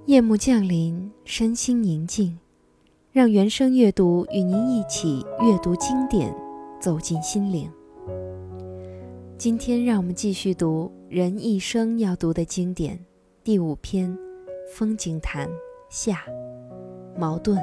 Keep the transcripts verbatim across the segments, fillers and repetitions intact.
夜幕降临，身心宁静，让原声阅读与您一起阅读经典，走进心灵。今天让我们继续读人一生要读的经典第五篇《风景谈》下，矛盾。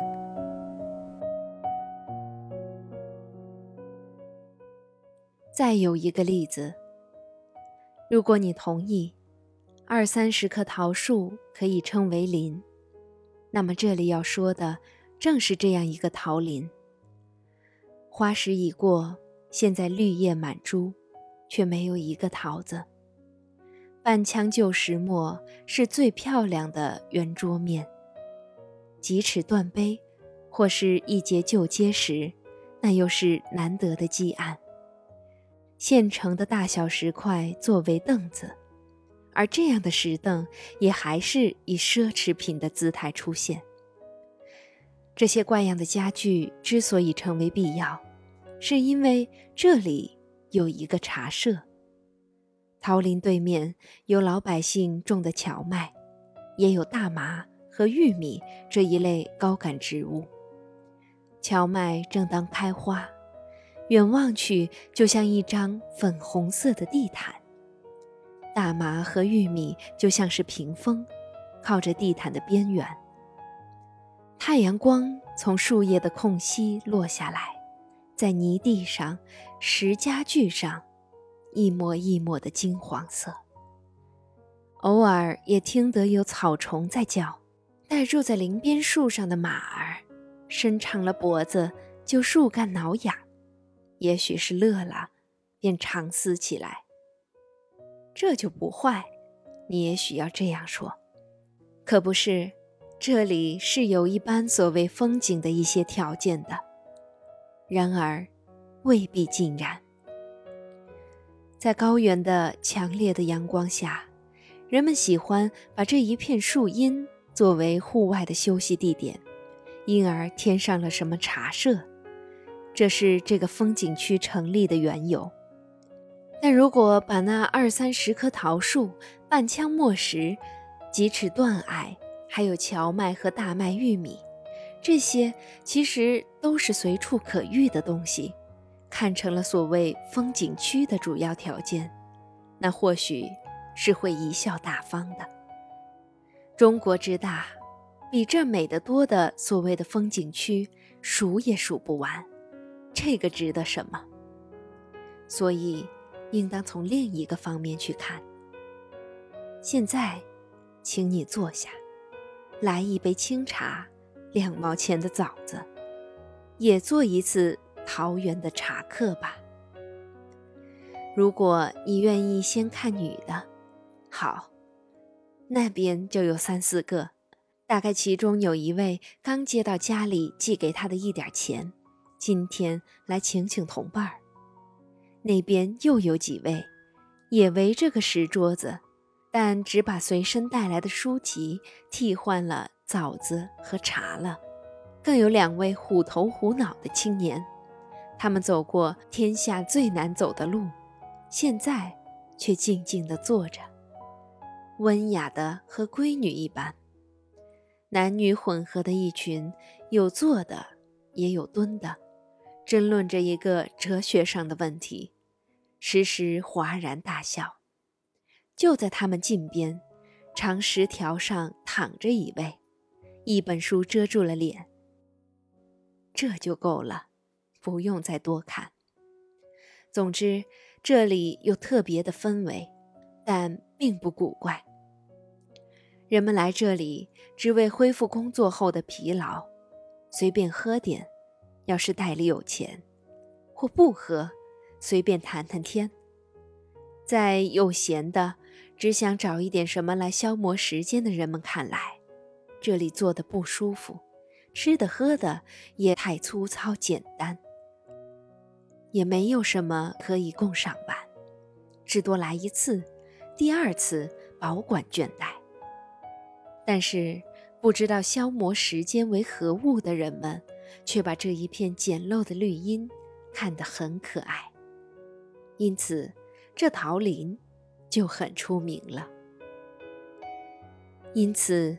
再有一个例子，如果你同意二三十棵桃树可以称为林，那么这里要说的正是这样一个桃林。花时已过，现在绿叶满株，却没有一个桃子。半腔旧石墨是最漂亮的圆桌面，几尺断碑或是一节旧碣石，那又是难得的积案。现成的大小石块作为凳子，而这样的石凳也还是以奢侈品的姿态出现。这些怪样的家具之所以成为必要，是因为这里有一个茶社。桃林对面有老百姓种的荞麦，也有大麻和玉米这一类高杆植物。荞麦正当开花，远望去就像一张粉红色的地毯。大麻和玉米就像是屏风，靠着地毯的边缘。太阳光从树叶的空隙落下来，在泥地上、石家具上，一抹一抹的金黄色。偶尔也听得有草虫在叫，带住在林边树上的马儿，伸长了脖子就树干挠痒，也许是乐了，便长嘶起来。这就不坏，你也许要这样说。可不是，这里是有一般所谓风景的一些条件的，然而未必尽然。在高原的强烈的阳光下，人们喜欢把这一片树荫作为户外的休息地点，因而添上了什么茶社，这是这个风景区成立的缘由。但如果把那二三十棵桃树、半腔墨石、几尺断矮，还有荞麦和大麦、玉米，这些其实都是随处可遇的东西，看成了所谓风景区的主要条件，那或许是会贻笑大方的。中国之大，比这美得多的所谓的风景区数也数不完，这个值得什么？所以应当从另一个方面去看。现在请你坐下，来一杯清茶，两毛钱的枣子，也做一次桃园的茶客吧。如果你愿意先看女的，好，那边就有三四个，大概其中有一位刚接到家里寄给他的一点钱，今天来请请同伴儿。那边又有几位，也围着个石桌子，但只把随身带来的书籍替换了枣子和茶了。更有两位虎头虎脑的青年，他们走过天下最难走的路，现在却静静地坐着，温雅的和闺女一般。男女混合的一群，有坐的也有蹲的，争论着一个哲学上的问题，时时哗然大笑。就在他们近边，长石条上躺着一位，一本书遮住了脸。这就够了，不用再多看。总之，这里有特别的氛围，但并不古怪。人们来这里只为恢复工作后的疲劳，随便喝点，要是袋里有钱，或不喝，随便谈谈天。在有闲的只想找一点什么来消磨时间的人们看来，这里坐得不舒服，吃的喝的也太粗糙简单，也没有什么可以供赏玩，至多来一次，第二次保管倦怠。但是不知道消磨时间为何物的人们，却把这一片简陋的绿荫看得很可爱，因此这桃林就很出名了。因此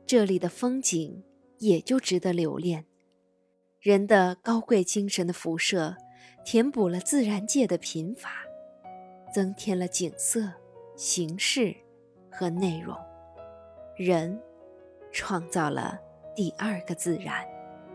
这里的风景也就值得留恋。人的高贵精神的辐射，填补了自然界的贫乏，增添了景色、形式和内容。人创造了第二个自然。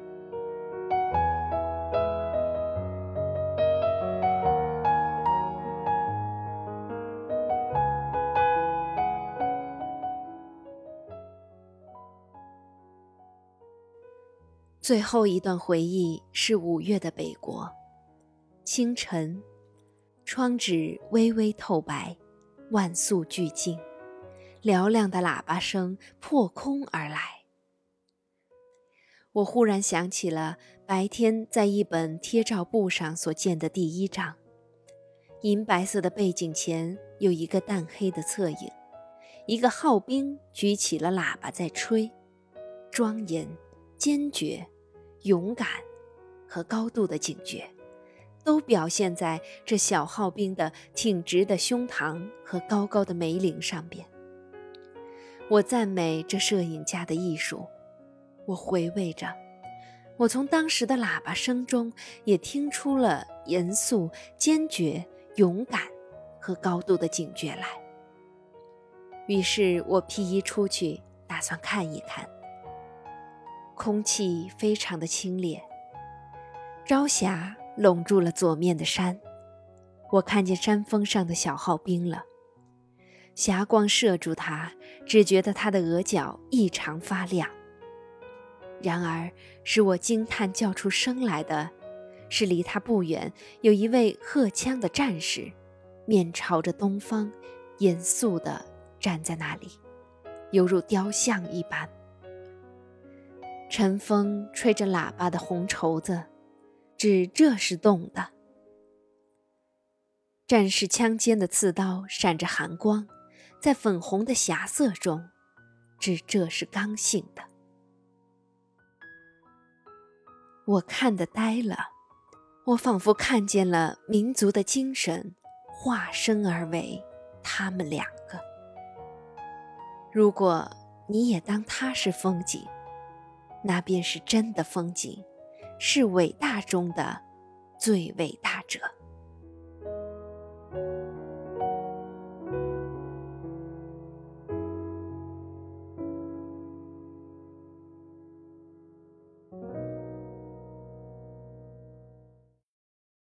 最后一段回忆是五月的北国，清晨，窗纸微微透白，万素俱静，嘹亮的喇叭声破空而来。我忽然想起了白天在一本贴照簿上所见的第一张，银白色的背景前有一个淡黑的侧影，一个号兵举起了喇叭在吹，庄严、坚决、勇敢和高度的警觉，都表现在这小号兵的挺直的胸膛和高高的眉棱上边。我赞美这摄影家的艺术，我回味着，我从当时的喇叭声中也听出了严肃、坚决、勇敢和高度的警觉来。于是我披衣出去，打算看一看。空气非常的清冽，朝霞笼住了左面的山，我看见山峰上的小号兵了。霞光射住他，只觉得他的额角异常发亮。然而使我惊叹叫出声来的是，离他不远有一位荷枪的战士，面朝着东方，严肃地站在那里，犹如雕像一般。晨风吹着喇叭的红绸子，只这是动的。战士枪尖的刺刀闪着寒光，在粉红的霞色中，只这是刚性的。我看得呆了，我仿佛看见了民族的精神化身而为他们两个。如果你也当它是风景，那便是真的风景，是伟大中的最伟大者。